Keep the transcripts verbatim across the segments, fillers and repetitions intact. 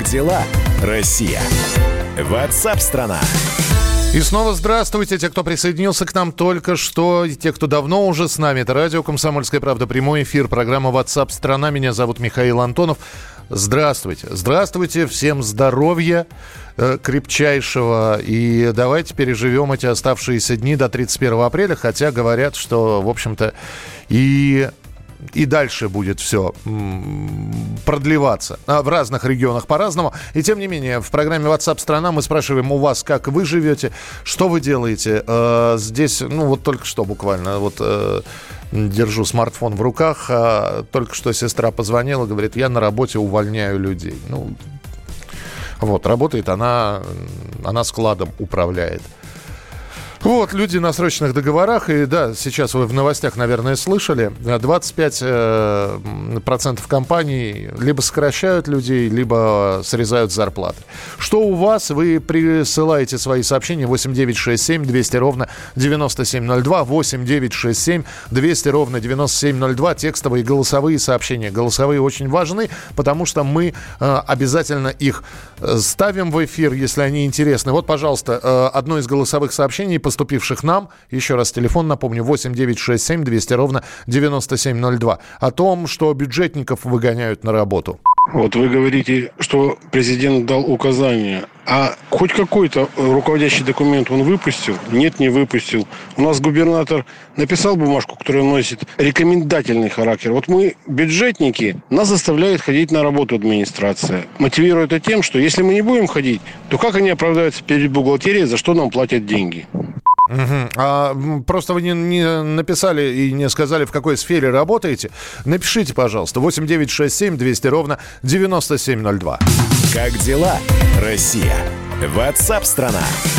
Как дела, Россия? WhatsApp-страна. И снова здравствуйте, те, кто присоединился к нам только что, и те, кто давно уже с нами. Это радио «Комсомольская правда», прямой эфир, программа WhatsApp страна. Меня зовут Михаил Антонов. Здравствуйте. Здравствуйте, всем здоровья э, крепчайшего. И давайте переживем эти оставшиеся дни до тридцать первого апреля, хотя говорят, что, в общем-то, и... И дальше будет все продлеваться. В разных регионах по-разному. И тем не менее, в программе WhatsApp страна мы спрашиваем у вас, как вы живете, что вы делаете. Э, здесь, ну вот только что буквально, вот э, держу смартфон в руках, а только что сестра позвонила, говорит, я на работе увольняю людей. Ну, вот, работает она, она складом управляет. Вот, люди на срочных договорах, и да, сейчас вы в новостях, наверное, слышали, двадцать пять процентов компаний либо сокращают людей, либо срезают зарплаты. Что у вас? Вы присылаете свои сообщения восемь девятьсот шестьдесят семь двести ровно девяносто семь ноль два, восемь девятьсот шестьдесят семь двести ровно девяносто семь ноль два, текстовые и голосовые сообщения. Голосовые очень важны, потому что мы э, обязательно их ставим в эфир, если они интересны. Вот, пожалуйста, э, одно из голосовых сообщений, поступивших нам, еще раз телефон напомню, восемь девятьсот шестьдесят семь двести ровно девяносто семь ноль два, о том, что бюджетников выгоняют на работу. Вот вы говорите, что президент дал указания, а хоть какой-то руководящий документ он выпустил? Нет, не выпустил. У нас губернатор написал бумажку, которая носит рекомендательный характер. Вот мы, бюджетники, нас заставляет ходить на работу администрация. Мотивирует это тем, что если мы не будем ходить, то как они оправдаются перед бухгалтерией, за что нам платят деньги? Угу. А просто вы не, не написали и не сказали, в какой сфере работаете. Напишите, пожалуйста, восемь девятьсот шестьдесят семь двести ровно девяносто семь ноль два. Как дела, Россия? WhatsApp страна.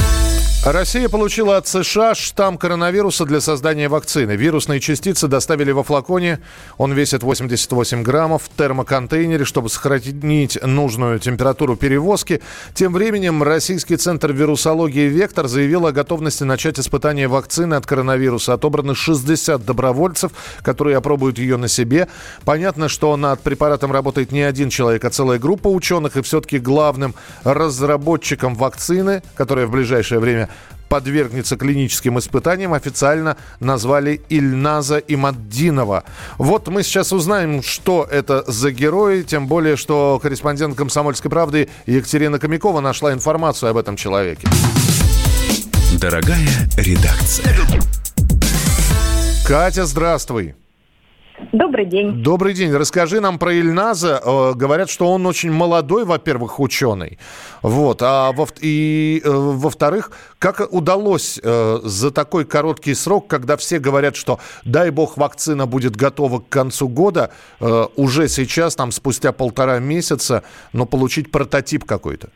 Россия получила от США штамм коронавируса для создания вакцины. Вирусные частицы доставили во флаконе. Он весит восемьдесят восемь граммов в термоконтейнере, чтобы сохранить нужную температуру перевозки. Тем временем Российский центр вирусологии «Вектор» заявил о готовности начать испытание вакцины от коронавируса. Отобраны шестьдесят добровольцев, которые опробуют ее на себе. Понятно, что над препаратом работает не один человек, а целая группа ученых. И все-таки главным разработчиком вакцины, которая в ближайшее время подвергнется клиническим испытаниям, официально назвали Ильназа Имаддинова. Вот мы сейчас узнаем, что это за герои, тем более, что корреспондент «Комсомольской правды» Екатерина Комякова нашла информацию об этом человеке. Дорогая редакция. Катя, здравствуй. Добрый день. Добрый день. Расскажи нам про Ильназа. Э, говорят, что он очень молодой, во-первых, ученый. Вот. А во- и, э, во-вторых, как удалось э, за такой короткий срок, когда все говорят, что, дай бог, вакцина будет готова к концу года, э, уже сейчас, там, спустя полтора месяца, но получить прототип какой-то?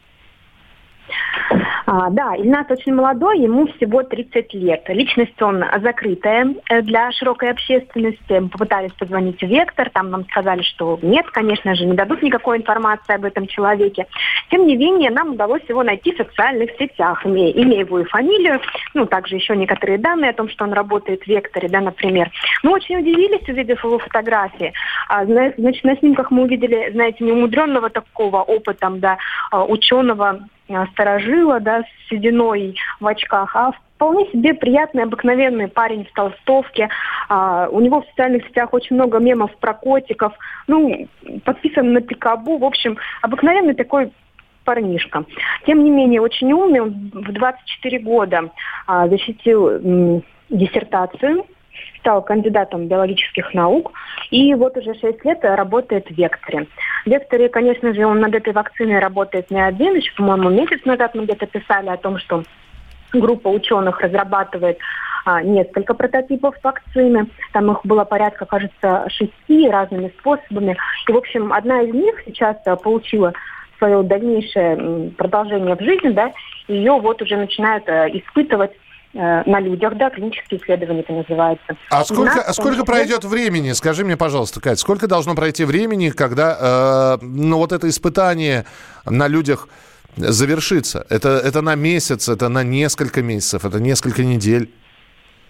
А, да, Ильназ очень молодой, ему всего тридцать лет. Личность он закрытая для широкой общественности. Попытались позвонить в «Вектор», там нам сказали, что нет, конечно же, не дадут никакой информации об этом человеке. Тем не менее, нам удалось его найти в социальных сетях, имея имя его и фамилию, ну, также еще некоторые данные о том, что он работает в «Векторе», да, например. Мы очень удивились, увидев его фотографии. А, значит, на снимках мы увидели, знаете, неумудренного такого опытом, да, ученого, старожила, да, с сединой в очках, а вполне себе приятный, обыкновенный парень в толстовке. А, у него в социальных сетях очень много мемов про котиков, ну, подписан на Пикабу, в общем, обыкновенный такой парнишка. Тем не менее, очень умный, он в двадцать четыре года а, защитил м, диссертацию, стал кандидатом биологических наук и вот уже шесть лет работает в «Векторе». В «Векторе», конечно же, он над этой вакциной работает не один. Еще, по-моему, месяц назад мы где-то писали о том, что группа ученых разрабатывает а, несколько прототипов вакцины. Там их было порядка, кажется, шести разными способами. И, в общем, одна из них сейчас а, получила свое дальнейшее продолжение в жизни, да, и ее вот уже начинают а, испытывать на людях, да, клинические исследования это называется. А сколько, а сколько пройдет времени? Скажи мне, пожалуйста, Кать, сколько должно пройти времени, когда э, ну, вот это испытание на людях завершится? Это, это на месяц, это на несколько месяцев, это несколько недель?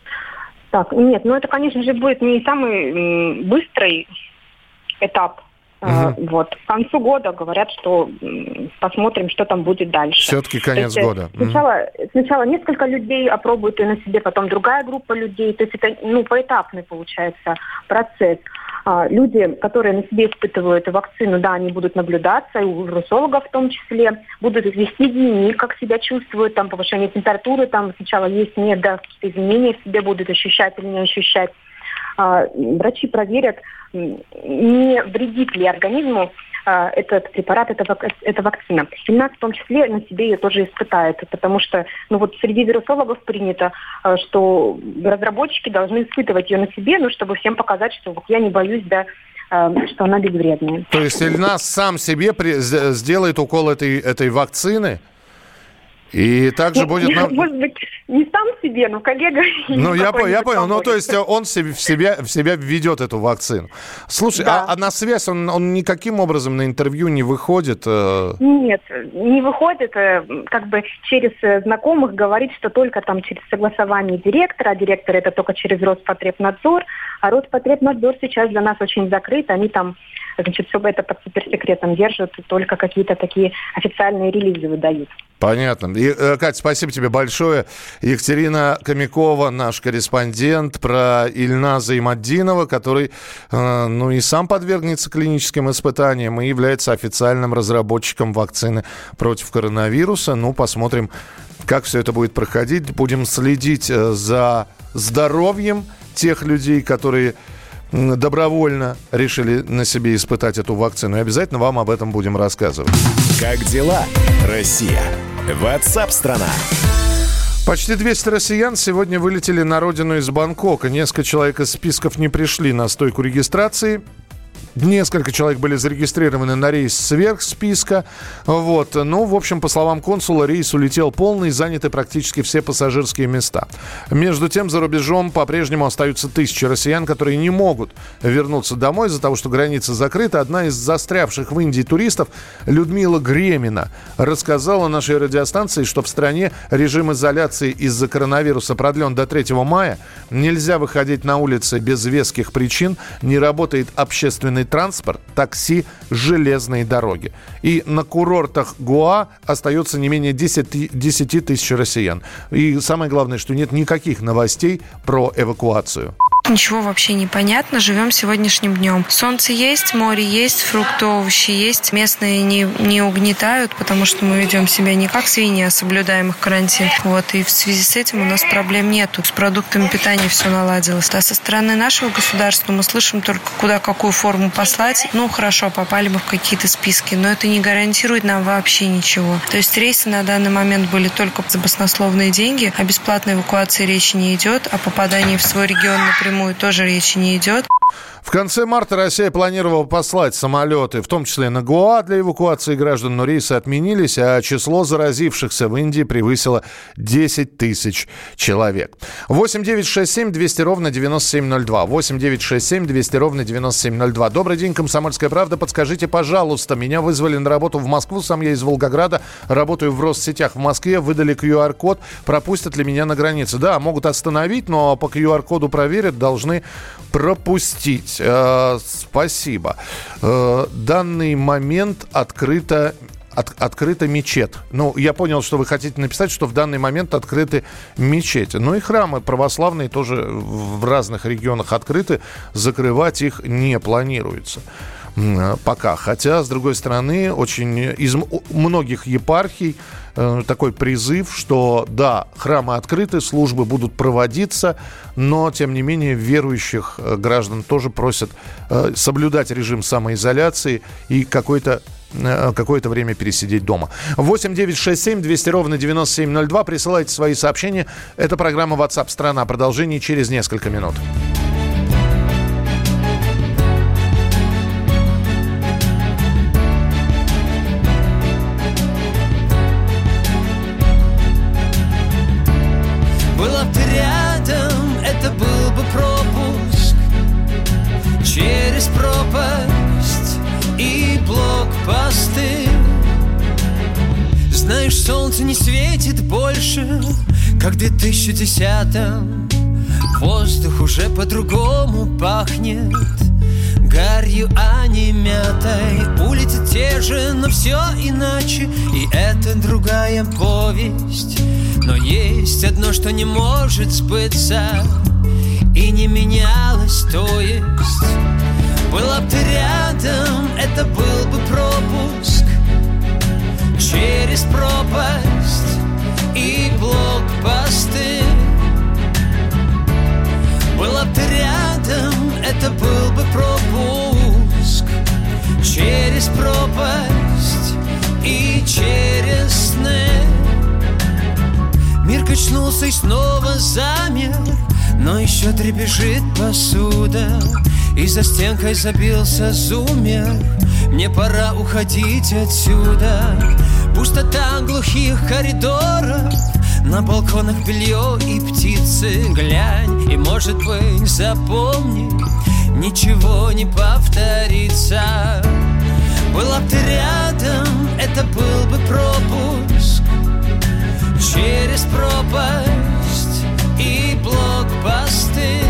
Так, нет, ну это, конечно же, будет не самый м, быстрый этап Угу. Вот. К концу года говорят, что посмотрим, что там будет дальше. Все-таки конец есть, года. Сначала, угу. сначала несколько людей опробуют ее на себе, потом другая группа людей. То есть это ну, поэтапный получается процесс. Люди, которые на себе испытывают вакцину, да, они будут наблюдаться, и у вирусологов в том числе, будут вести дневник, как себя чувствуют, там повышение температуры, там сначала есть, нет, да, какие-то изменения в себе будут ощущать или не ощущать. Врачи проверят, не вредит ли организму этот препарат, эта, эта вакцина. И нас в том числе на себе ее тоже испытают, потому что ну вот среди вирусологов принято, что разработчики должны испытывать ее на себе, ну, чтобы всем показать, что вот я не боюсь, да, что она безвредная. То есть Ильназ сам себе при... сделает укол этой, этой вакцины? И также ну, будет... Нам... Может быть, не сам себе, но коллега... Ну, я, по, я понял. Ну, то есть он в себя, в себя введет эту вакцину. Слушай, да. а, а на связь он, он никаким образом на интервью не выходит? Э... Нет, не выходит. Как бы через знакомых говорит, что только там через согласование директора. А директор это только через Роспотребнадзор. А Роспотребнадзор сейчас для нас очень закрыт. Они там... Значит, все это под суперсекретом держат, только какие-то такие официальные релизы выдают. Понятно. И, Катя, спасибо тебе большое. Екатерина Хомякова, наш корреспондент, про Ильназа Иматдинова, который, э, ну, и сам подвергнется клиническим испытаниям и является официальным разработчиком вакцины против коронавируса. Ну, посмотрим, как все это будет проходить. Будем следить за здоровьем тех людей, которые... добровольно решили на себе испытать эту вакцину. И обязательно вам об этом будем рассказывать. Как дела, Россия? Ватсап-страна! Почти двести россиян сегодня вылетели на родину из Бангкока. Несколько человек из списков не пришли на стойку регистрации. Несколько человек были зарегистрированы на рейс сверх списка. Вот. Ну, в общем, по словам консула, рейс улетел полный, заняты практически все пассажирские места. Между тем, за рубежом по-прежнему остаются тысячи россиян, которые не могут вернуться домой из-за того, что граница закрыта. Одна из застрявших в Индии туристов, Людмила Гремина, рассказала нашей радиостанции, что в стране режим изоляции из-за коронавируса продлен до третьего мая. Нельзя выходить на улицы без веских причин. Не работает общественный транспорт, такси, железные дороги. И на курортах Гоа остается не менее десять тысяч россиян. И самое главное, что нет никаких новостей про эвакуацию. Ничего вообще не понятно. Живем сегодняшним днем. Солнце есть, море есть, фрукты, овощи есть. Местные не, не угнетают, потому что мы ведем себя не как свиньи, а соблюдаем их карантин. Вот. И в связи с этим у нас проблем нету. С продуктами питания все наладилось. А со стороны нашего государства мы слышим только, куда какую форму послать. Ну, хорошо, попали мы в какие-то списки, но это не гарантирует нам вообще ничего. То есть рейсы на данный момент были только за баснословные деньги. О бесплатной эвакуации речи не идет. О попадании в свой регион напрямую тоже речи не идет. В конце марта Россия планировала послать самолеты, в том числе на Гоа, для эвакуации граждан, но рейсы отменились, а число заразившихся в Индии превысило десять тысяч человек. восемь девятьсот шестьдесят семь двести ровно девяносто семь ноль два. восемь девятьсот шестьдесят семь двести ровно девяносто семь ноль два. Добрый день, «Комсомольская правда». Подскажите, пожалуйста, меня вызвали на работу в Москву, сам я из Волгограда, работаю в Россетях в Москве, выдали ку ар код, пропустят ли меня на границе? Да, могут остановить, но по ку ар коду проверят, должны пропустить. Э, спасибо. Э, данный момент открыта, от, открыта мечеть. Ну, я понял, что вы хотите написать, что в данный момент открыты мечети. Ну и храмы православные тоже в разных регионах открыты. Закрывать их не планируется пока. Хотя, с другой стороны, очень из многих епархий э, такой призыв, что да, храмы открыты, службы будут проводиться, но, тем не менее, верующих э, граждан тоже просят э, соблюдать режим самоизоляции и какой-то э, какое-то время пересидеть дома. восемь девятьсот шестьдесят семь двести ровно девяносто семь ноль два. Присылайте свои сообщения. Это программа WhatsApp страна. Продолжение через несколько минут. Через пропасть и блокпосты. Знаешь, солнце не светит больше, как в две тысячи десятом. Воздух уже по-другому пахнет гарью грязью, а не мятой. Улицы те же, но все иначе, и это другая повесть. Но есть одно, что не может сбыться и не менялось, то есть была бы ты рядом, это был бы пропуск через пропасть и блокпосты. Была бы ты рядом, это был бы пропуск через пропасть и через сны. Мир качнулся и снова замер, но еще трепещет посуда, и за стенкой забился зумер. Мне пора уходить отсюда. Пустота глухих коридоров, на балконах белье и птицы. Глянь, и, может быть, запомни, ничего не повторится. Была бы ты рядом, это был бы пропуск через пропасть и блокпосты.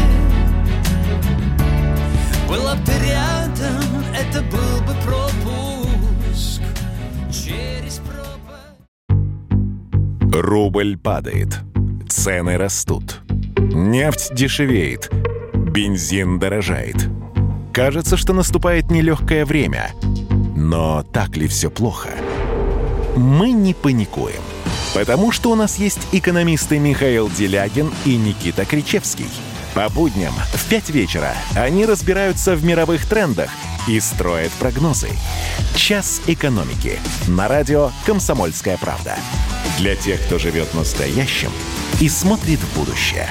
Была бы ты рядом, это был бы пропуск через пропасть. Рубль падает, цены растут, нефть дешевеет, бензин дорожает. Кажется, что наступает нелегкое время. Но так ли все плохо? Мы не паникуем, потому что у нас есть экономисты Михаил Делягин и Никита Кричевский. По будням в пять вечера они разбираются в мировых трендах и строят прогнозы. «Час экономики» на радио «Комсомольская правда». Для тех, кто живет настоящим и смотрит в будущее.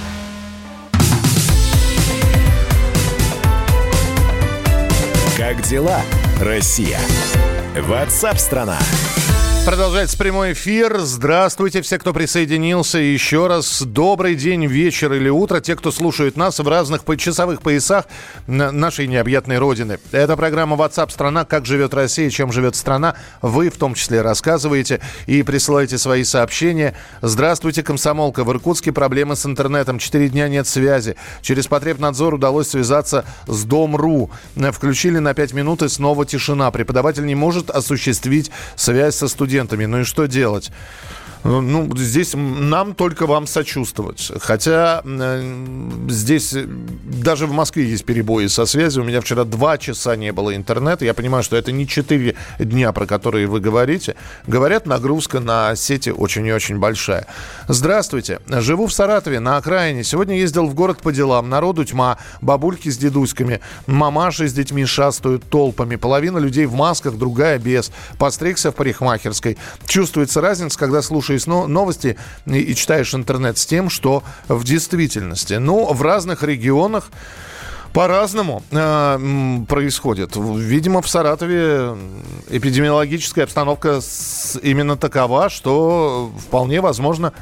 Как дела, Россия? WhatsApp-страна. Продолжается прямой эфир. Здравствуйте, все, кто присоединился. Еще раз добрый день, вечер или утро. Те, кто слушает нас в разных часовых поясах нашей необъятной родины. Это программа WhatsApp страна. Как живет Россия, чем живет страна. Вы в том числе рассказываете и присылаете свои сообщения. Здравствуйте, комсомолка. В Иркутске проблемы с интернетом. Четыре дня нет связи. Через Потребнадзор удалось связаться с Дом.ру. Включили на пять минут и снова тишина. Преподаватель не может осуществить связь со студентами. Ну и что делать? Ну, здесь нам только вам сочувствовать. Хотя э, здесь даже в Москве есть перебои со связью. У меня вчера два часа не было интернета. Я понимаю, что это не четыре дня, про которые вы говорите. Говорят, нагрузка на сети очень и очень большая. Здравствуйте. Живу в Саратове, на окраине. Сегодня ездил в город по делам. Народу тьма. Бабульки с дедуськами. Мамаши с детьми шастают толпами. Половина людей в масках, другая без. Постригся в парикмахерской. Чувствуется разница, когда слушаешь новости и, и читаешь интернет с тем, что в действительности. Ну, в разных регионах по-разному э, происходит. Видимо, в Саратове эпидемиологическая обстановка с, именно такова, что вполне возможно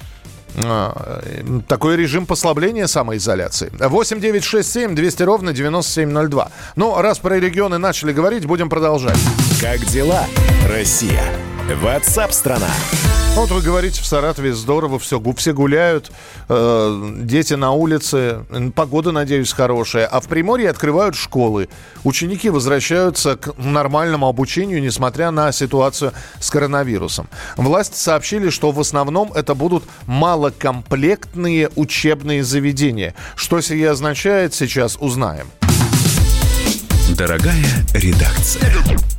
э, такой режим послабления самоизоляции. восемь девятьсот шестьдесят семь двести ровно девяносто семь ноль два. Ну, раз про регионы начали говорить, будем продолжать. Как дела, Россия? WhatsApp-страна. Вот вы говорите, в Саратове здорово, все, все гуляют, э, дети на улице, погода, надеюсь, хорошая. А в Приморье открывают школы. Ученики возвращаются к нормальному обучению, несмотря на ситуацию с коронавирусом. Власти сообщили, что в основном это будут малокомплектные учебные заведения. Что сие означает, сейчас узнаем. Дорогая редакция.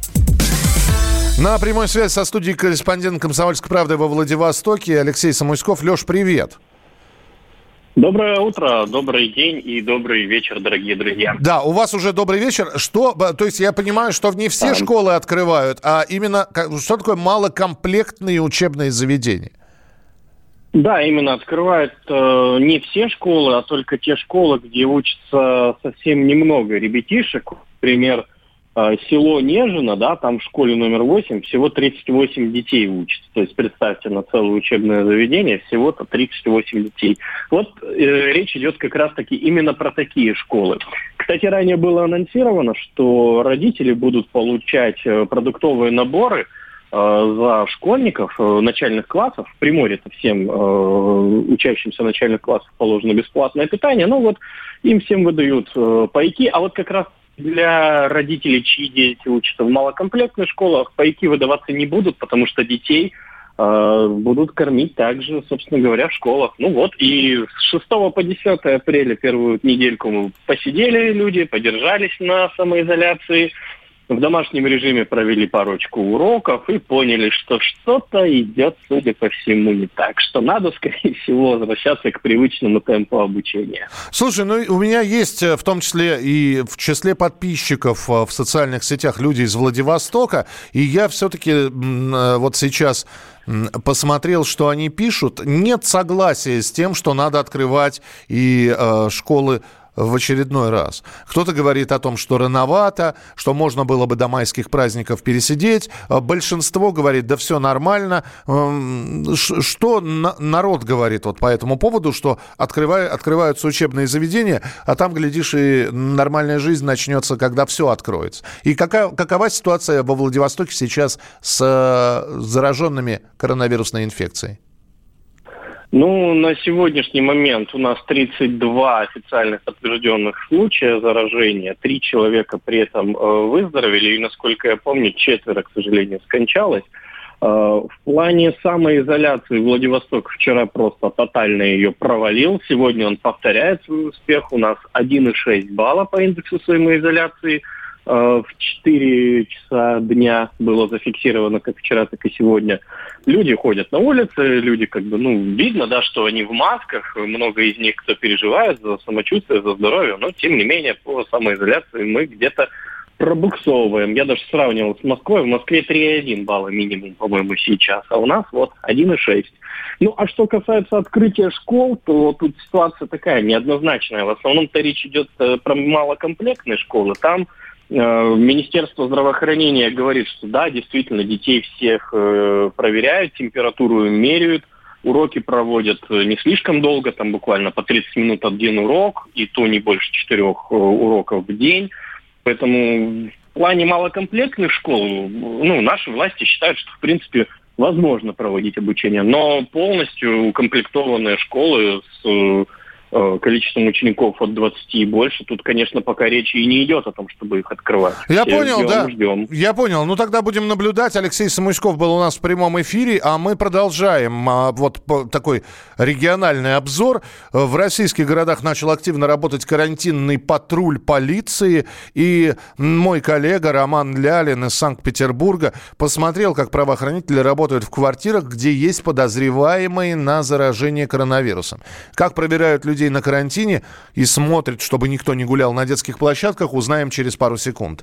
На прямой связи со студией корреспондент «Комсомольской правды» во Владивостоке Алексей Самуськов. Леш, привет. Доброе утро, добрый день и добрый вечер, дорогие друзья. Да, у вас уже добрый вечер. Что, то есть я понимаю, что не все школы открывают, а именно, что такое малокомплектные учебные заведения? Да, именно открывают э, не все школы, а только те школы, где учатся совсем немного ребятишек. Например, э, село Нежино, да, там в школе номер восемь всего тридцать восемь детей учатся. То есть представьте, на целое учебное заведение всего-то тридцать восемь детей. Вот э, речь идет как раз-таки именно про такие школы. Кстати, ранее было анонсировано, что родители будут получать э, продуктовые наборы за школьников э, начальных классов. В Приморье-то всем э, учащимся начальных классов положено бесплатное питание. Ну вот им всем выдают э, пайки. А вот как раз для родителей, чьи дети учатся в малокомплектных школах, пайки выдаваться не будут, потому что детей э, будут кормить также, собственно говоря, в школах. Ну вот, и с шестого по десятое апреля первую недельку мы посидели люди, подержались на самоизоляции, в домашнем режиме провели парочку уроков и поняли, что что-то идет, судя по всему, не так. Что надо, скорее всего, возвращаться к привычному темпу обучения. Слушай, ну у меня есть в том числе и в числе подписчиков в социальных сетях люди из Владивостока, и я все-таки вот сейчас посмотрел, что они пишут. Нет согласия с тем, что надо открывать и э, школы в очередной раз. Кто-то говорит о том, что рановато, что можно было бы до майских праздников пересидеть. Большинство говорит, да все нормально. Что народ говорит вот по этому поводу, что открывают, открываются учебные заведения, а там, глядишь, и нормальная жизнь начнется, когда все откроется. И какая, какова ситуация во Владивостоке сейчас с зараженными коронавирусной инфекцией? Ну, на сегодняшний момент у нас тридцать два официальных подтвержденных случая заражения. Три человека при этом э, выздоровели, и, насколько я помню, четверо, к сожалению, скончалось. Э, в плане самоизоляции Владивосток вчера просто тотально ее провалил. Сегодня он повторяет свой успех. У нас один и шесть балла по индексу самоизоляции. В четыре часа дня было зафиксировано как вчера, так и сегодня. Люди ходят на улице, люди как бы, ну, видно, да, что они в масках. Много из них, кто переживает за самочувствие, за здоровье. Но, тем не менее, по самоизоляции мы где-то пробуксовываем. Я даже сравнивал с Москвой. В Москве три и один балла минимум, по-моему, сейчас. А у нас вот один и шесть. Ну, а что касается открытия школ, то тут ситуация такая неоднозначная. В основном-то речь идет про малокомплектные школы. Там Министерство здравоохранения говорит, что да, действительно, детей всех э, проверяют, температуру меряют, уроки проводят не слишком долго, там буквально по тридцать минут один урок, и то не больше четырех э, уроков в день. Поэтому в плане малокомплектных школ, ну, наши власти считают, что, в принципе, возможно проводить обучение, но полностью укомплектованные школы с количеством учеников от двадцати и больше, тут, конечно, пока речи и не идет о том, чтобы их открывать. Я Все понял, ждем, да. Ждем. Я понял. Ну, тогда будем наблюдать. Алексей Самуськов был у нас в прямом эфире, а мы продолжаем а, вот по, такой региональный обзор. В российских городах начал активно работать карантинный патруль полиции, и мой коллега Роман Лялин из Санкт-Петербурга посмотрел, как правоохранители работают в квартирах, где есть подозреваемые на заражение коронавирусом. Как проверяют людей на карантине и смотрят, чтобы никто не гулял на детских площадках, узнаем через пару секунд.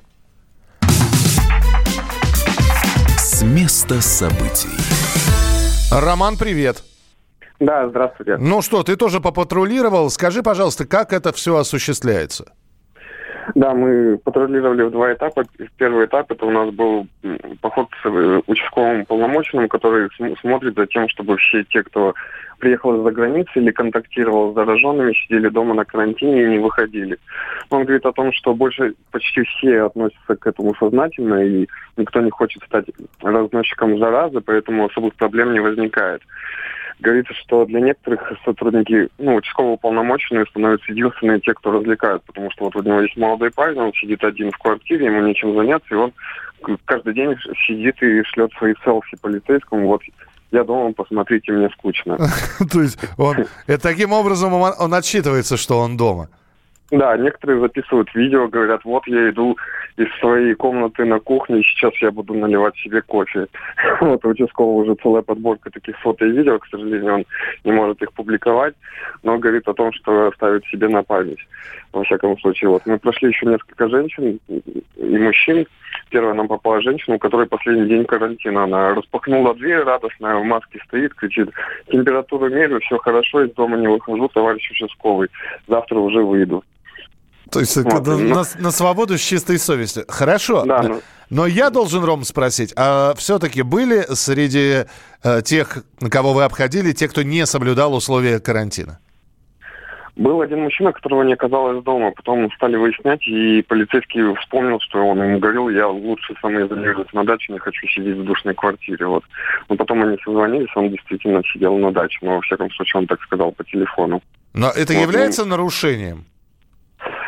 С места событий. Роман, привет. Да, здравствуйте. Ну что, ты тоже попатрулировал. Скажи, пожалуйста, как это все осуществляется? Да, мы патрулировали в два этапа. Первый этап — это у нас был поход с участковым уполномоченным, который смотрит за тем, чтобы все те, кто приехал из-за границы или контактировал с зараженными, сидели дома на карантине и не выходили. Он говорит о том, что больше почти все относятся к этому сознательно, и никто не хочет стать разносчиком заразы, поэтому особых проблем не возникает. Говорится, что для некоторых сотрудники, ну, участкового уполномоченного становятся единственные те, кто развлекают, потому что вот у него есть молодой парень, он сидит один в квартире, ему нечем заняться, и он каждый день сидит и шлет свои селфи полицейскому, вот я дома, посмотрите, мне скучно. То есть он таким образом он отсчитывается, что он дома? Да, некоторые записывают видео, говорят, вот я иду из своей комнаты на кухню, и сейчас я буду наливать себе кофе. Вот у участкового уже целая подборка таких фото и видео, к сожалению, он не может их публиковать, но говорит о том, что оставит себе на память. Во всяком случае, вот мы прошли еще несколько женщин и мужчин. Первая нам попала женщина, у которой последний день карантина. Она распахнула дверь, радостная, в маске стоит, кричит, температуру мерю, все хорошо, из дома не выхожу, товарищ участковый, завтра уже выйду. То есть вот, на, но... на, на свободу с чистой совестью. Хорошо. Да, но... но я должен, Ром, спросить, а все-таки были среди э, тех, кого вы обходили, те, кто не соблюдал условия карантина? Был один мужчина, которого не оказалось дома. Потом стали выяснять, и полицейский вспомнил, что он ему говорил, я лучше самоизолируюсь на даче, не хочу сидеть в душной квартире. Вот. Но потом они созвонились, он действительно сидел на даче. Но, во всяком случае, он так сказал по телефону. Но это вот, является ну... нарушением?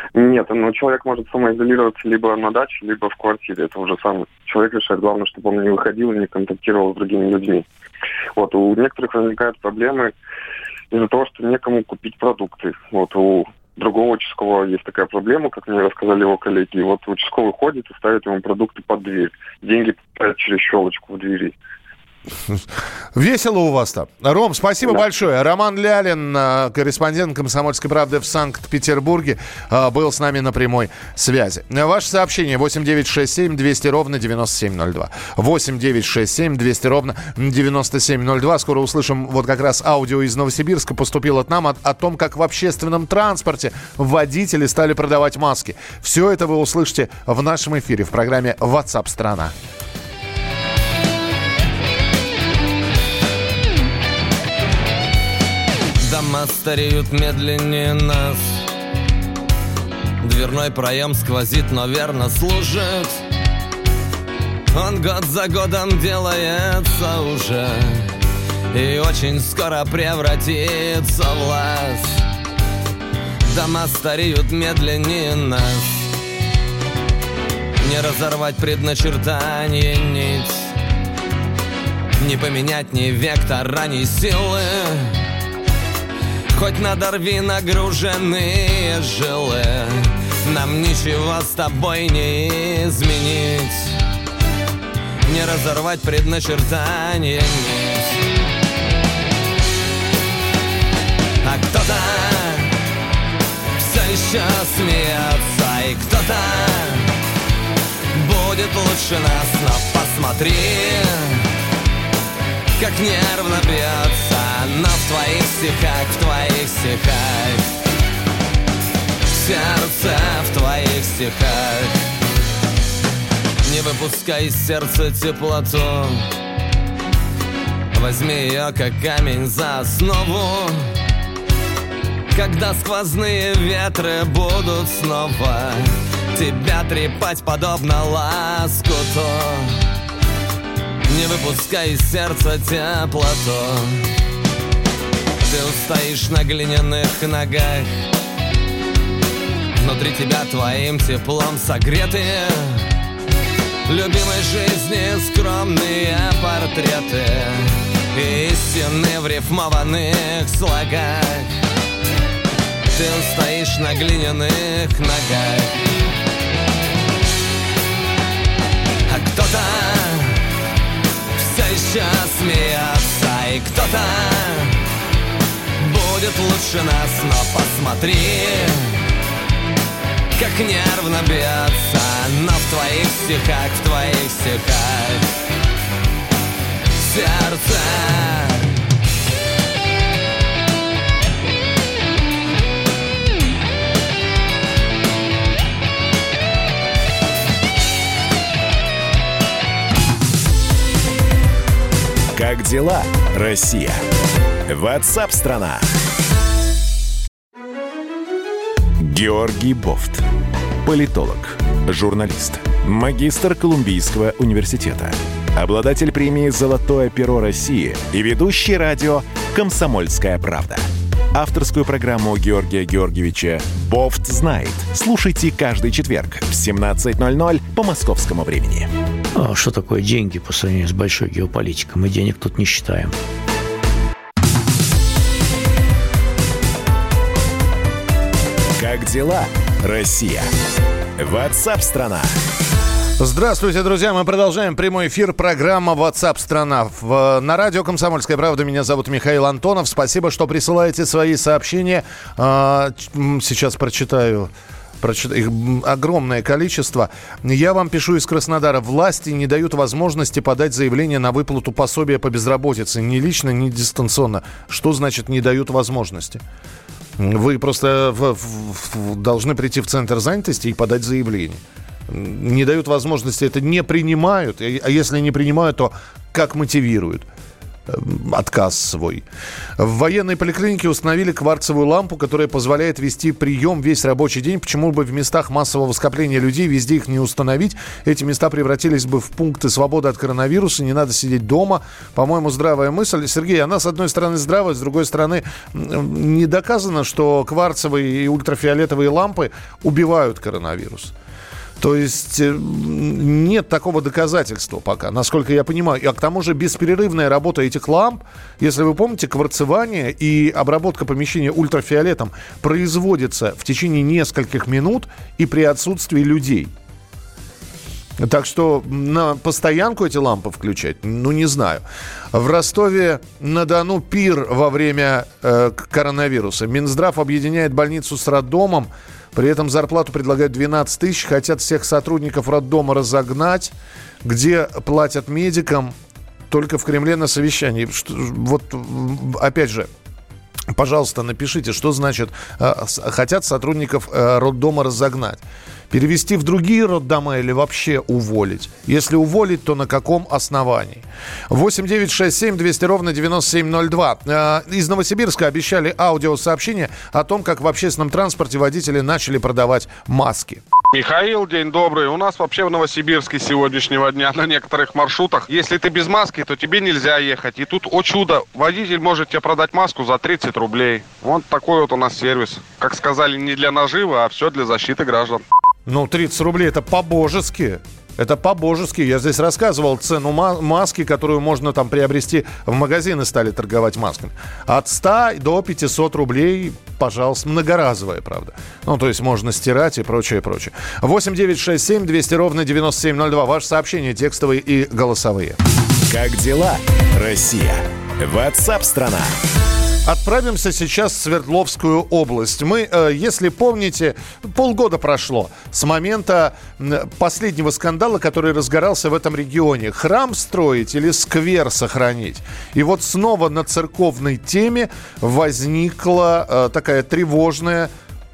Нет, ну человек может самоизолироваться либо на даче, либо в квартире. Это уже сам человек решает. Главное, чтобы он не выходил и не контактировал с другими людьми. Вот, у некоторых возникают проблемы из-за того, что некому купить продукты. Вот, у другого участкового есть такая проблема, как мне рассказали его коллеги. Вот участковый ходит и ставит ему продукты под дверь. Деньги попадают через щелочку в двери. Весело у вас там. Ром, спасибо да. большое. Роман Лялин, корреспондент «Комсомольской правды» в Санкт-Петербурге, был с нами на прямой связи. Ваше сообщение восемь девятьсот шестьдесят семь двести ровно девяносто семь ноль два. восемь девятьсот шестьдесят семь двести ровно девяносто семь ноль два. Скоро услышим вот как раз аудио из Новосибирска. Поступило от нам о, о том, как в общественном транспорте водители стали продавать маски. Все это вы услышите в нашем эфире в программе WhatsApp страна. Дома стареют медленнее нас. Дверной проем сквозит, но верно служит. Он год за годом делается уже и очень скоро превратится в лаз. Дома стареют медленнее нас. Не разорвать предначертание нить, не поменять ни вектора, ни силы. Хоть надорви нагруженные жилы, нам ничего с тобой не изменить. Не разорвать предначертание нить. А кто-то все еще смеется, и кто-то будет лучше нас. Но посмотри, как нервно бьется, но в твоих стихах, в твоих стихах, сердце в твоих стихах. Не выпускай из сердца теплоту, возьми ее как камень за основу. Когда сквозные ветры будут снова тебя трепать подобно лоскуту, не выпускай из сердца теплоту. Ты устоишь на глиняных ногах, внутри тебя твоим теплом согретые любимой жизни скромные портреты, истины в рифмованных слогах. Ты устоишь на глиняных ногах. А кто-то все еще смеется, и кто-то будет лучше нас. Но посмотри, как нервно бьется, но в твоих стихах, в твоих стихах сердце. Как дела, Россия? WhatsApp страна. Георгий Бофт. Политолог, журналист, магистр Колумбийского университета, обладатель премии «Золотое перо России» и ведущий радио «Комсомольская правда». Авторскую программу Георгия Георгиевича «Бофт знает». Слушайте каждый четверг в семнадцать ноль ноль по московскому времени. А что такое деньги по сравнению с большой геополитикой? Мы денег тут не считаем. Как дела, Россия? WhatsApp страна. Здравствуйте, друзья. Мы продолжаем прямой эфир. Программа WhatsApp страна. В, на радио «Комсомольская правда». Меня зовут Михаил Антонов. Спасибо, что присылаете свои сообщения. А, сейчас прочитаю. Их огромное количество. Я вам пишу из Краснодара. Власти не дают возможности подать заявление на выплату пособия по безработице. Ни лично, ни дистанционно. Что значит не дают возможности? Вы просто в, в, в, должны прийти в центр занятости и подать заявление. Не дают возможности, это не принимают. А если не принимают, то как мотивируют? отказ свой. В военной поликлинике установили кварцевую лампу, которая позволяет вести прием весь рабочий день. Почему бы в местах массового скопления людей везде их не установить? Эти места превратились бы в пункты свободы от коронавируса. Не надо сидеть дома. По-моему, здравая мысль. Сергей, она, с одной стороны, здравая, с другой стороны, не доказано, что кварцевые и ультрафиолетовые лампы убивают коронавирус. То есть нет такого доказательства пока, насколько я понимаю. А к тому же бесперерывная работа этих ламп, если вы помните, кварцевание и обработка помещения ультрафиолетом производится в течение нескольких минут и при отсутствии людей. Так что на постоянку эти лампы включать, ну, не знаю. В Ростове-на-Дону пир во время э, коронавируса. Минздрав объединяет больницу с роддомом. При этом зарплату предлагают двенадцать тысяч. Хотят всех сотрудников роддома разогнать. Где платят медикам? Только в Кремле на совещании. Вот, опять же, пожалуйста, напишите, что значит хотят сотрудников роддома разогнать. Перевести в другие роддома или вообще уволить? Если уволить, то на каком основании? восемь девятьсот шестьдесят семь двести ровно девяносто семь ноль два. Из Новосибирска обещали аудиосообщение о том, как в общественном транспорте водители начали продавать маски. Михаил, день добрый. У нас вообще в Новосибирске с сегодняшнего дня на некоторых маршрутах, если ты без маски, то тебе нельзя ехать. И тут, о чудо, водитель может тебе продать маску за тридцать рублей. Вот такой вот у нас сервис. Как сказали, не для наживы, а все для защиты граждан. Ну, тридцать рублей это по-божески. Это по-божески. Я здесь рассказывал цену ма- маски, которую можно там приобрести. В магазины стали торговать масками. От ста до пятисот рублей, пожалуйста, многоразовая, правда. Ну, то есть можно стирать и прочее, прочее. восемь девятьсот шестьдесят семь двести ровно девяносто семь ноль два. Ваши сообщения текстовые и голосовые. Как дела, Россия? WhatsApp-страна. Отправимся сейчас в Свердловскую область. Мы, если помните, полгода прошло с момента последнего скандала, который разгорался в этом регионе. Храм строить или сквер сохранить? И вот снова на церковной теме возникла такая тревожная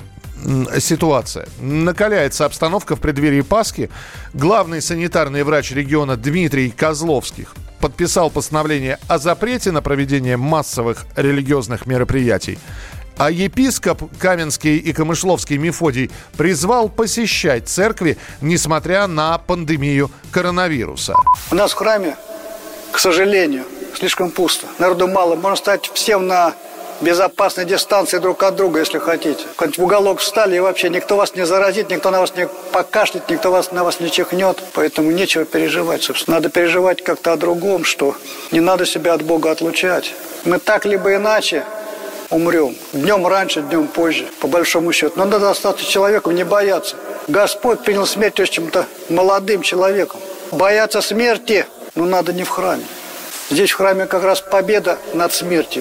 ситуация. Накаляется обстановка в преддверии Пасхи. Главный санитарный врач региона Дмитрий Козловских подписал постановление о запрете на проведение массовых религиозных мероприятий. А епископ Каменский и Камышловский Мефодий призвал посещать церкви, несмотря на пандемию коронавируса. У нас в храме, к сожалению, слишком пусто. Народу мало. Можно стать всем на безопасной дистанции друг от друга, если хотите. В уголок встали, и вообще никто вас не заразит, никто на вас не покашляет, никто вас, на вас не чихнет. Поэтому нечего переживать, собственно. Надо переживать как-то о другом, что не надо себя от Бога отлучать. Мы так либо иначе умрем. Днем раньше, днем позже, по большому счету. Но надо остаться человеком, не бояться. Господь принял смерть очень-то молодым человеком. Бояться смерти, но надо не в храме. Здесь в храме как раз победа над смертью.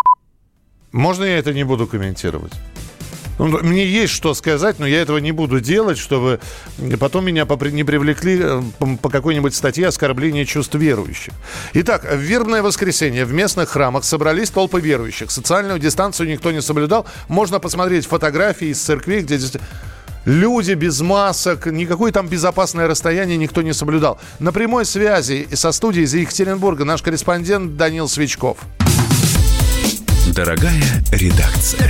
Можно я это не буду комментировать? Мне есть что сказать, но я этого не буду делать, чтобы потом меня не привлекли по какой-нибудь статье оскорбления чувств верующих. Итак, в вербное воскресенье в местных храмах собрались толпы верующих. Социальную дистанцию никто не соблюдал. Можно посмотреть фотографии из церквей, где люди без масок, никакое там безопасное расстояние никто не соблюдал. На прямой связи со студией из Екатеринбурга наш корреспондент Данил Свечков. Дорогая редакция.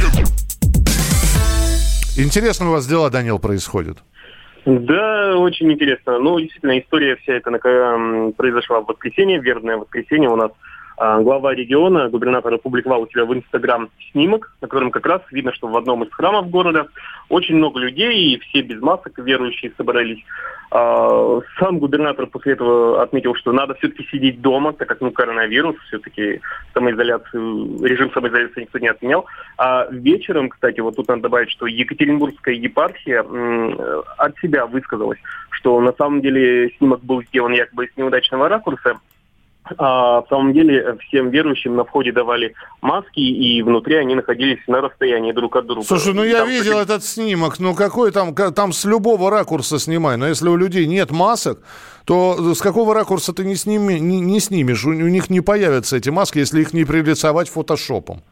Интересно у вас дела, Данил, происходят? Да, очень интересно. Ну, действительно, история вся эта произошла в воскресенье, в вербное воскресенье. У нас а, глава региона, губернатор опубликовал у себя в Инстаграм снимок, на котором как раз видно, что в одном из храмов города очень много людей, и все без масок верующие собрались. А, сам губернатор после этого отметил, что надо все-таки сидеть дома, так как ну, коронавирус, все-таки самоизоляцию, режим самоизоляции никто не отменял. А вечером, кстати, вот тут надо добавить, что Екатеринбургская епархия м, от себя высказалась, что на самом деле снимок был сделан якобы с неудачного ракурса. А, в самом деле всем верующим на входе давали маски, и внутри они находились на расстоянии друг от друга. Слушай, ну я там видел такие... этот снимок, ну какой там, там с любого ракурса снимай, но если у людей нет масок, то с какого ракурса ты не, сними, не, не снимешь, у, у них не появятся эти маски, если их не пририсовать фотошопом.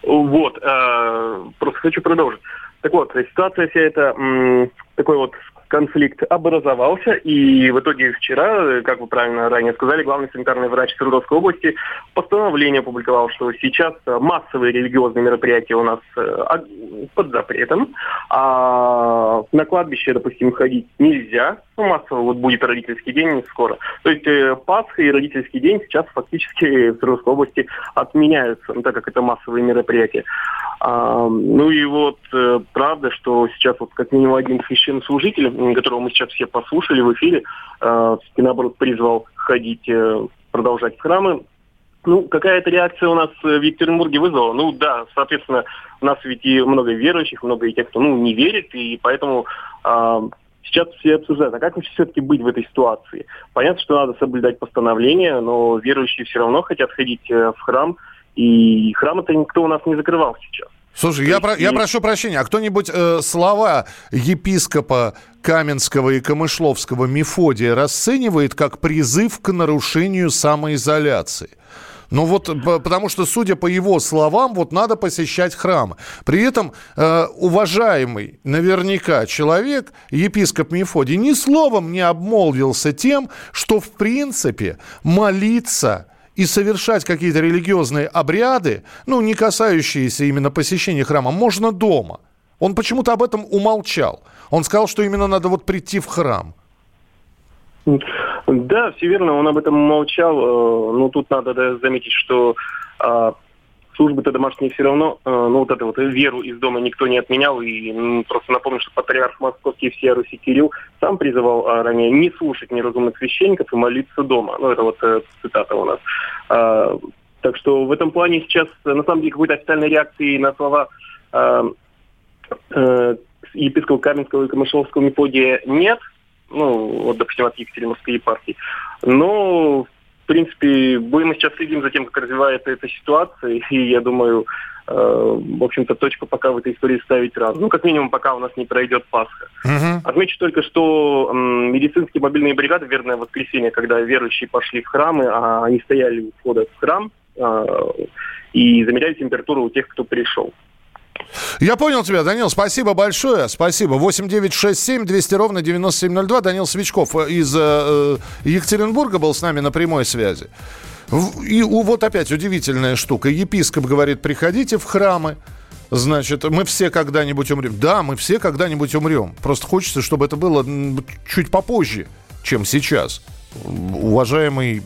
Вот, э, просто хочу продолжить. Так вот, ситуация вся эта м, такой вот конфликт образовался, и в итоге вчера, как вы правильно ранее сказали, главный санитарный врач Свердловской области постановление опубликовал, что сейчас массовые религиозные мероприятия у нас под запретом, а на кладбище, допустим, ходить нельзя, ну, массово вот будет родительский день скоро. То есть Пасха и родительский день сейчас фактически в Свердловской области отменяются, ну, так как это массовые мероприятия. А, ну и вот э, правда, что сейчас вот как минимум один священнослужитель, которого мы сейчас все послушали в эфире, э, наоборот призвал ходить, э, продолжать в храмы. Ну, какая-то реакция у нас в Екатеринбурге вызвала. Ну да, соответственно, у нас ведь и много верующих, много и тех, кто ну, не верит, и поэтому э, сейчас все обсуждают, а как все-таки быть в этой ситуации? Понятно, что надо соблюдать постановление, но верующие все равно хотят ходить э, в храм, и храм-то никто у нас не закрывал сейчас. Слушай, я, про, я прошу прощения, а кто-нибудь э, слова епископа Каменского и Камышловского Мефодия расценивает как призыв к нарушению самоизоляции? Ну вот, потому что, судя по его словам, вот надо посещать храмы. При этом э, уважаемый наверняка человек, епископ Мефодий, ни словом не обмолвился тем, что в принципе молиться и совершать какие-то религиозные обряды, ну, не касающиеся именно посещения храма, можно дома. Он почему-то об этом умолчал. Он сказал, что именно надо вот прийти в храм. Да, все верно, он об этом умолчал. Но тут надо заметить, что службы-то домашние все равно, ну, вот эту вот веру из дома никто не отменял. И ну, просто напомню, что патриарх Московский всея Руси Кирилл сам призывал а, ранее не слушать неразумных священников и молиться дома. Ну, это вот э, цитата у нас. А, так что в этом плане сейчас, на самом деле, какой-то официальной реакции на слова а, а, епископа Каменского и Камышловского Мефодия нет. Ну, вот, допустим, от Екатеринбургской епархии. Но... В принципе, мы сейчас следим за тем, как развивается эта ситуация, и я думаю, э, в общем-то, точку пока в этой истории ставить рано. Ну, как минимум, пока у нас не пройдет Пасха. Uh-huh. Отмечу только, что э, медицинские мобильные бригады, верное воскресенье, когда верующие пошли в храмы, а они стояли у входа в храм э, и замеряли температуру у тех, кто пришел. Я понял тебя, Данил, спасибо большое, спасибо. восемь девятьсот шестьдесят семь двести ровно девяносто семь ноль два. Данил Свичков из э, Екатеринбурга был с нами на прямой связи. И вот опять удивительная штука. Епископ говорит, приходите в храмы. Значит, мы все когда-нибудь умрем. Да, мы все когда-нибудь умрем. Просто хочется, чтобы это было чуть попозже, чем сейчас. Уважаемый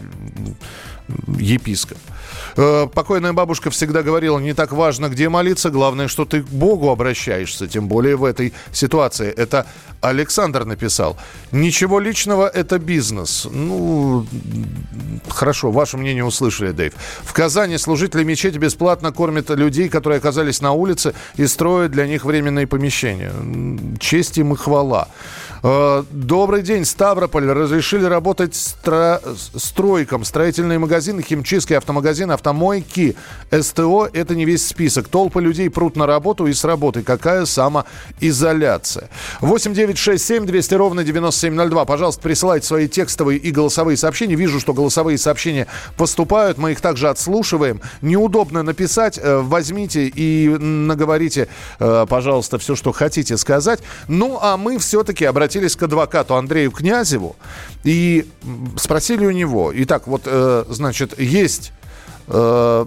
епископ. Покойная бабушка всегда говорила, не так важно, где молиться, главное, что ты к Богу обращаешься, тем более в этой ситуации. Это Александр написал. Ничего личного, это бизнес. Ну, хорошо, ваше мнение услышали, Дэйв. В Казани служители мечети бесплатно кормят людей, которые оказались на улице, и строят для них временные помещения. Честь им и хвала. Добрый день, Ставрополь. Разрешили работать стро... стройкам. Строительные магазины, химчистки, автомагазины, автомойки, СТО. Это не весь список. Толпы людей прут на работу и с работы. Какая самоизоляция? восемь девятьсот шестьдесят семь двести ровно девяносто семь ноль два. Пожалуйста, присылайте свои текстовые и голосовые сообщения. Вижу, что голосовые сообщения поступают. Мы их также отслушиваем. Неудобно написать. Возьмите и наговорите, пожалуйста, все, что хотите сказать. Ну, а мы все-таки обратимся к адвокату Андрею Князеву и спросили у него. Итак, вот, э, значит, есть, э,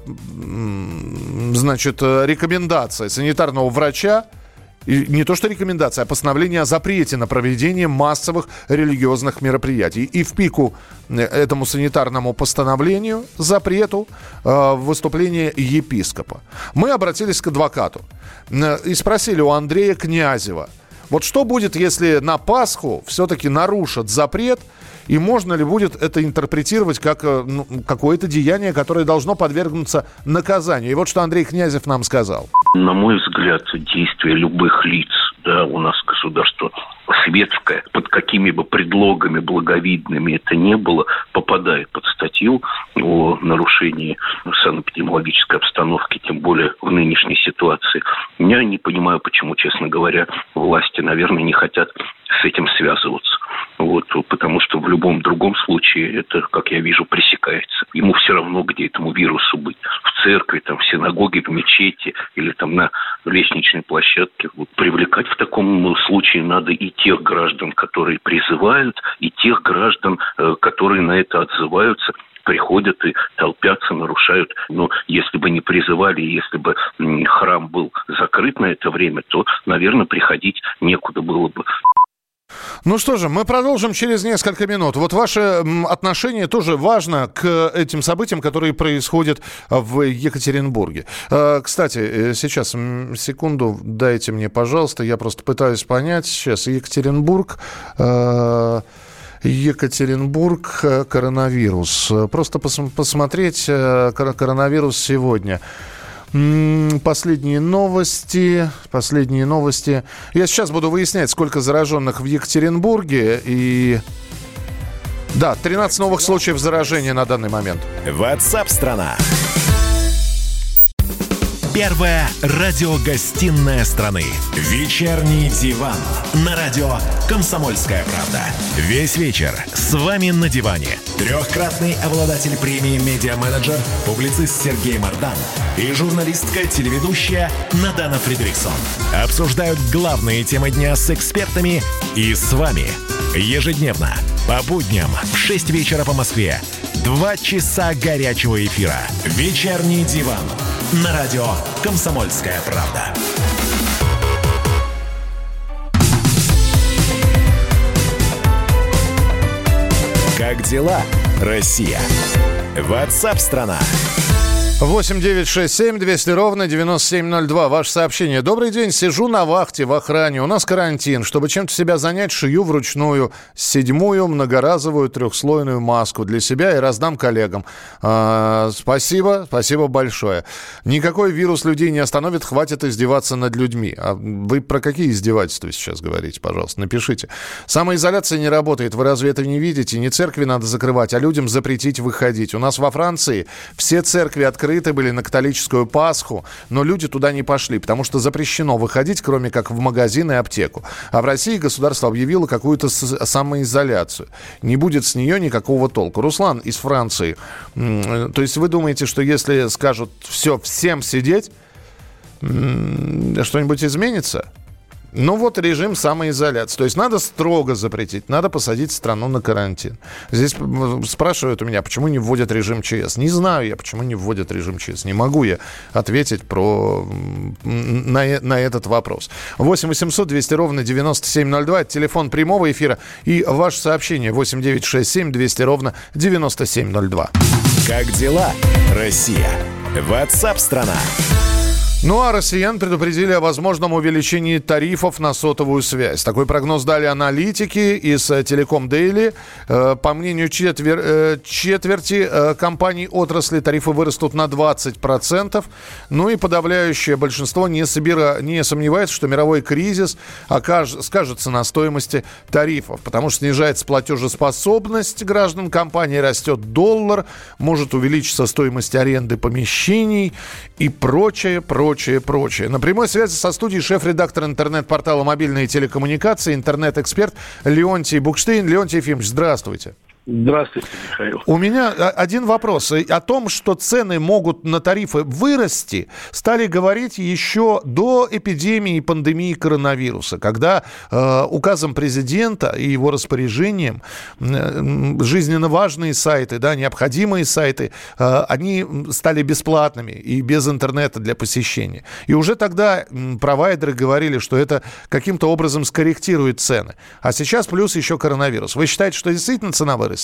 значит, рекомендация санитарного врача, и не то что рекомендация, а постановление о запрете на проведение массовых религиозных мероприятий. И в пику этому санитарному постановлению, запрету, э, выступление епископа. Мы обратились к адвокату э, и спросили у Андрея Князева, вот что будет, если на Пасху все-таки нарушат запрет, и можно ли будет это интерпретировать как ну, какое-то деяние, которое должно подвергнуться наказанию? И вот что Андрей Князев нам сказал. На мой взгляд, действия любых лиц, да, у нас государство светское, под какими бы предлогами благовидными это не было, попадает под статью о нарушении санэпидемиологической обстановки, тем более в нынешней ситуации. Я не понимаю, почему, честно говоря, власти, наверное, не хотят с этим связываться. Вот, потому что в любом любом другом случае это, как я вижу, пресекается. Ему все равно, где этому вирусу быть. В церкви, там, в синагоге, в мечети или там на лестничной площадке. Вот, привлекать в таком случае надо и тех граждан, которые призывают, и тех граждан, которые на это отзываются, приходят и толпятся, нарушают. Но если бы не призывали, если бы храм был закрыт на это время, то, наверное, приходить некуда было бы. Ну что же, мы продолжим через несколько минут. Вот ваше отношение тоже важно к этим событиям, которые происходят в Екатеринбурге. Кстати, сейчас, секунду, дайте мне, пожалуйста, я просто пытаюсь понять. Сейчас Екатеринбург... Екатеринбург, коронавирус. Просто пос- посмотреть коронавирус сегодня. Последние новости, последние новости. Я сейчас буду выяснять, сколько зараженных в Екатеринбурге. И да, тринадцать новых случаев заражения на данный момент. WhatsApp-страна. Первая радиогостинная страны. Вечерний диван. На радио «Комсомольская правда». Весь вечер с вами на диване. Трехкратный обладатель премии «Медиа-менеджер», публицист Сергей Мардан и журналистка-телеведущая Надана Фридриксон обсуждают главные темы дня с экспертами и с вами. Ежедневно, по будням, в шесть вечера по Москве. Два часа горячего эфира. Вечерний диван. На радио «Комсомольская правда». Как дела, Россия? WhatsApp-страна. восемь девятьсот шестьдесят семь двести ровно девяносто семь ноль два. Ваше сообщение. Добрый день. Сижу на вахте в охране. У нас карантин. Чтобы чем-то себя занять, шью вручную седьмую многоразовую трехслойную маску для себя и раздам коллегам. А, спасибо. Спасибо большое. Никакой вирус людей не остановит. Хватит издеваться над людьми. А вы про какие издевательства сейчас говорите, пожалуйста? Напишите. Самоизоляция не работает. Вы разве это не видите? Не церкви надо закрывать, а людям запретить выходить. У нас во Франции все церкви открыты. Открыты были на католическую Пасху, но люди туда не пошли, потому что запрещено выходить, кроме как в магазин и аптеку. А в России государство объявило какую-то самоизоляцию. Не будет с нее никакого толку. Руслан из Франции. То есть вы думаете, что если скажут все, всем сидеть, что-нибудь изменится? Ну вот режим самоизоляции. То есть надо строго запретить, надо посадить страну на карантин. Здесь спрашивают у меня, почему не вводят режим ЧС. Не знаю я, почему не вводят режим ЧС. Не могу я ответить про... на, на этот вопрос. восемь восемьсот двести ровно девяносто семь ноль два. Это телефон прямого эфира. И ваше сообщение восемь девятьсот шестьдесят семь двести ровно девяносто семь ноль два. Как дела, Россия? WhatsApp-страна. Ну а россиян предупредили о возможном увеличении тарифов на сотовую связь. Такой прогноз дали аналитики из Telecom Daily. По мнению четвер... четверти компаний отрасли, тарифы вырастут на двадцать процентов. Ну и подавляющее большинство не, собира... не сомневается, что мировой кризис окаж... скажется на стоимости тарифов, потому что снижается платежеспособность граждан компании, растет доллар, может увеличиться стоимость аренды помещений и прочее, прочее. Прочее, прочее. На прямой связи со студией шеф-редактор интернет-портала «Мобильные телекоммуникации», интернет-эксперт Леонтий Букштейн. Леонтий Ефимович, здравствуйте. Здравствуйте, Михаил. У меня один вопрос. О том, что цены могут на тарифы вырасти, стали говорить еще до эпидемии и пандемии коронавируса, когда э, указом президента и его распоряжением э, жизненно важные сайты, да, необходимые сайты, э, они стали бесплатными и без интернета для посещения. И уже тогда э, провайдеры говорили, что это каким-то образом скорректирует цены. А сейчас плюс еще коронавирус. Вы считаете, что действительно цена вырастет?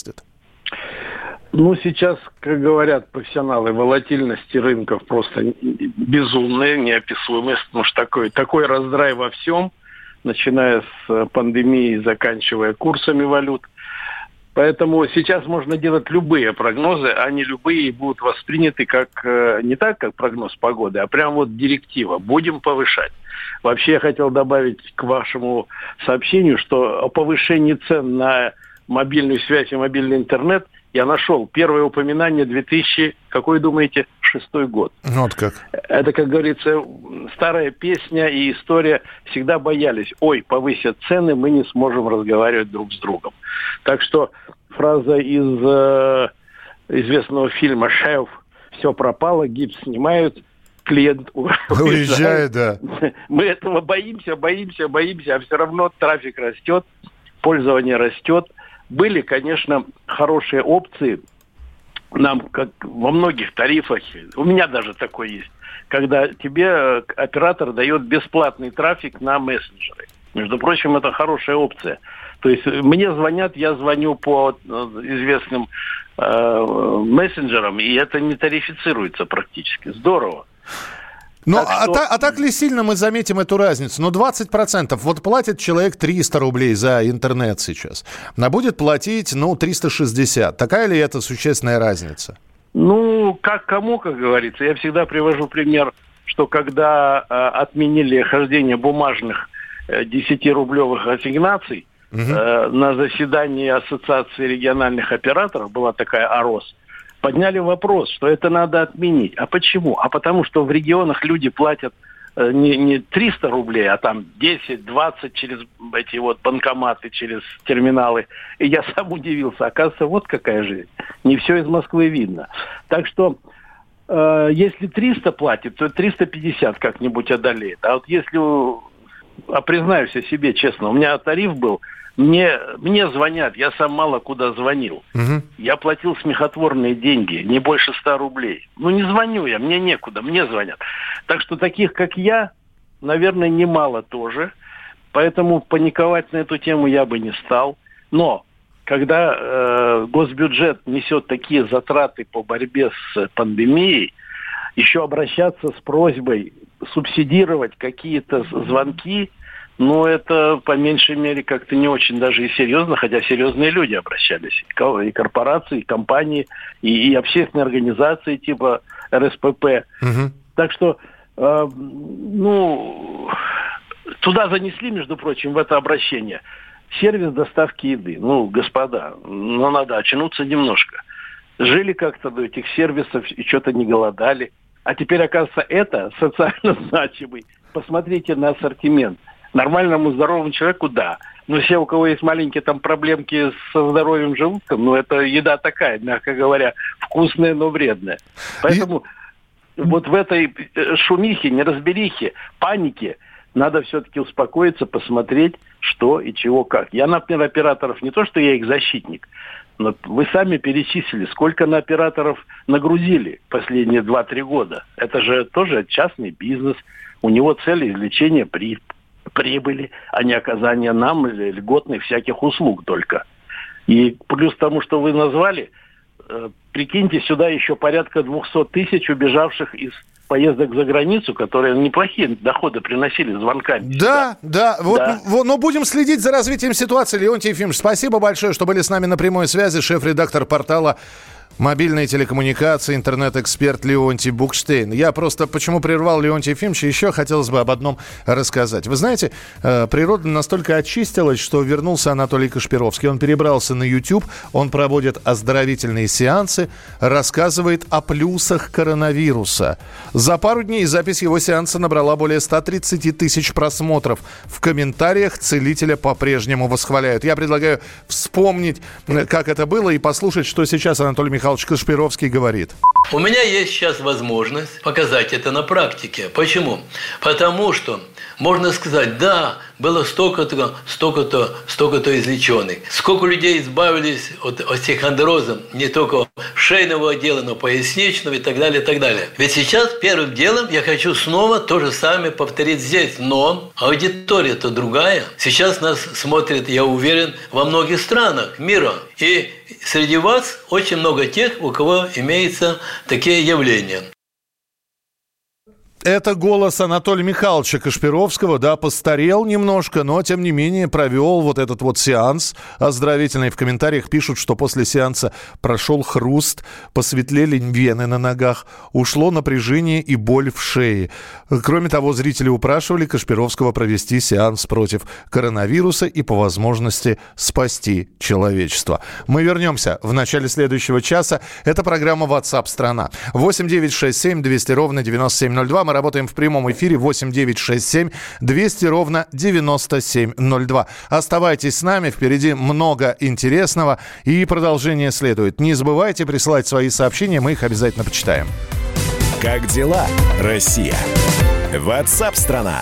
Ну, сейчас, как говорят профессионалы, волатильности рынков просто безумная, неописуемая, потому что такой, такой раздрай во всем, начиная с пандемии, заканчивая курсами валют. Поэтому сейчас можно делать любые прогнозы, они любые будут восприняты как не так, как прогноз погоды, а прям вот директива. Будем повышать. Вообще я хотел добавить к вашему сообщению, что о повышении цен на мобильную связь и мобильный интернет я нашел первое упоминание две тысячи, какой думаете, шестой год. Вот как. Это, как говорится, старая песня и история. Всегда боялись, ой, повысят цены, мы не сможем разговаривать друг с другом. Так что фраза из э, известного фильма «Шеф». Все пропало, гипс снимают, клиент уезжает, да. Мы этого боимся, боимся, боимся, а все равно трафик растет, пользование растет. Были, конечно, хорошие опции. Нам, как во многих тарифах, у меня даже такой есть, когда тебе оператор дает бесплатный трафик на мессенджеры. Между прочим, это хорошая опция. То есть мне звонят, я звоню по известным э, мессенджерам, и это не тарифицируется практически. Здорово. Ну, так а, что... та, а так ли сильно мы заметим эту разницу? Ну, двадцать процентов. Вот платит человек триста рублей за интернет сейчас. А будет платить, ну, триста шестьдесят. Такая ли это существенная разница? Ну, как кому, как говорится. Я всегда привожу пример, что когда э, отменили хождение бумажных э, десятирублевых ассигнаций, угу. э, на заседании Ассоциации региональных операторов, была такая АРОС, подняли вопрос, что это надо отменить. А почему? А потому что в регионах люди платят э, не, не триста рублей, а там десять-двадцать через эти вот банкоматы, через терминалы. И я сам удивился. Оказывается, вот какая жизнь. Не все из Москвы видно. Так что, э, если триста платит, то триста пятьдесят как-нибудь одолеет. А вот если, а признаюсь о себе честно, у меня тариф был, Мне, мне звонят, я сам мало куда звонил. Угу. Я платил смехотворные деньги, не больше ста рублей. Ну, не звоню я, мне некуда, мне звонят. Так что таких, как я, наверное, немало тоже. Поэтому паниковать на эту тему я бы не стал. Но когда э, госбюджет несет такие затраты по борьбе с пандемией, еще обращаться с просьбой субсидировать какие-то звонки, ну, это, по меньшей мере, как-то не очень даже и серьезно, хотя серьезные люди обращались. И корпорации, и компании, и, и общественные организации типа эр эс пэ пэ. Угу. Так что, э, ну, туда занесли, между прочим, в это обращение сервис доставки еды. Ну, господа, ну, надо очнуться немножко. Жили как-то до этих сервисов и что-то не голодали. А теперь, оказывается, это социально значимый. Посмотрите на ассортимент. Нормальному здоровому человеку, да. Но все, у кого есть маленькие там проблемки со здоровьем желудка, ну, это еда такая, мягко говоря, вкусная, но вредная. Поэтому и... вот в этой шумихе, неразберихе, панике надо все-таки успокоиться, посмотреть, что и чего как. Я, например, операторов, не то, что я их защитник, но вы сами перечислили, сколько на операторов нагрузили последние два-три года. Это же тоже частный бизнес. У него цель извлечения при прибыли, а не оказание нам льготных всяких услуг только. И плюс тому, что вы назвали, э, прикиньте, сюда еще порядка двести тысяч убежавших из поездок за границу, которые неплохие доходы приносили звонками. Да, да, вот, да. Вот, но будем следить за развитием ситуации. Леонтий Ефимович, спасибо большое, что были с нами на прямой связи. Шеф-редактор портала «Мобильные телекоммуникации», интернет-эксперт Леонтий Букштейн. Я просто почему прервал Леонтия Ефимовича, еще хотелось бы об одном рассказать. Вы знаете, природа настолько очистилась, что вернулся Анатолий Кашпировский. Он перебрался на YouTube, он проводит оздоровительные сеансы, рассказывает о плюсах коронавируса. За пару дней запись его сеанса набрала более ста тридцати тысяч просмотров. В комментариях целителя по-прежнему восхваляют. Я предлагаю вспомнить, как это было, и послушать, что сейчас Анатолий Михайлович Михайлович Кашпировский говорит. У меня есть сейчас возможность показать это на практике. Почему? Потому что можно сказать, да, было столько-то, столько-то, столько-то излеченных. Сколько людей избавились от остеохондроза, не только шейного отдела, но поясничного и так далее, и так далее. Ведь сейчас первым делом я хочу снова то же самое повторить здесь. Но аудитория-то другая. Сейчас нас смотрят, я уверен, во многих странах мира. И среди вас очень много тех, у кого имеются такие явления. Это голос Анатолия Михайловича Кашпировского, да, постарел немножко, но, тем не менее, провел вот этот вот сеанс оздоровительный. В комментариях пишут, что после сеанса прошел хруст, посветлели вены на ногах, ушло напряжение и боль в шее. Кроме того, зрители упрашивали Кашпировского провести сеанс против коронавируса и, по возможности, спасти человечество. Мы вернемся в начале следующего часа. Это программа WhatsApp страна. восемь девятьсот шестьдесят семь двести ровно девяносто семь ноль два. Мы Работаем в прямом эфире восемь девятьсот шестьдесят семь двести ровно девяносто семь ноль два. Оставайтесь с нами, впереди много интересного и продолжение следует. Не забывайте присылать свои сообщения, мы их обязательно почитаем. Как дела, Россия? WhatsApp-страна.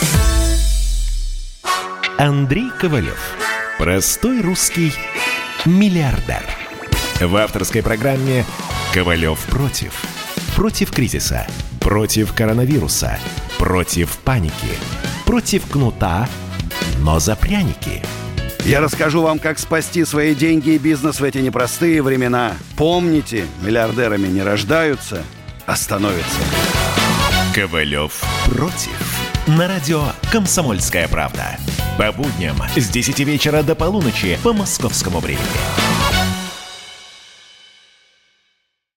Андрей Ковалев. Простой русский миллиардер. В авторской программе «Ковалев против». Против кризиса, против коронавируса, против паники, против кнута, но за пряники. Я расскажу вам, как спасти свои деньги и бизнес в эти непростые времена. Помните, миллиардерами не рождаются, а становятся. Ковалев против. На радио «Комсомольская правда». По будням с десяти вечера до полуночи по московскому времени.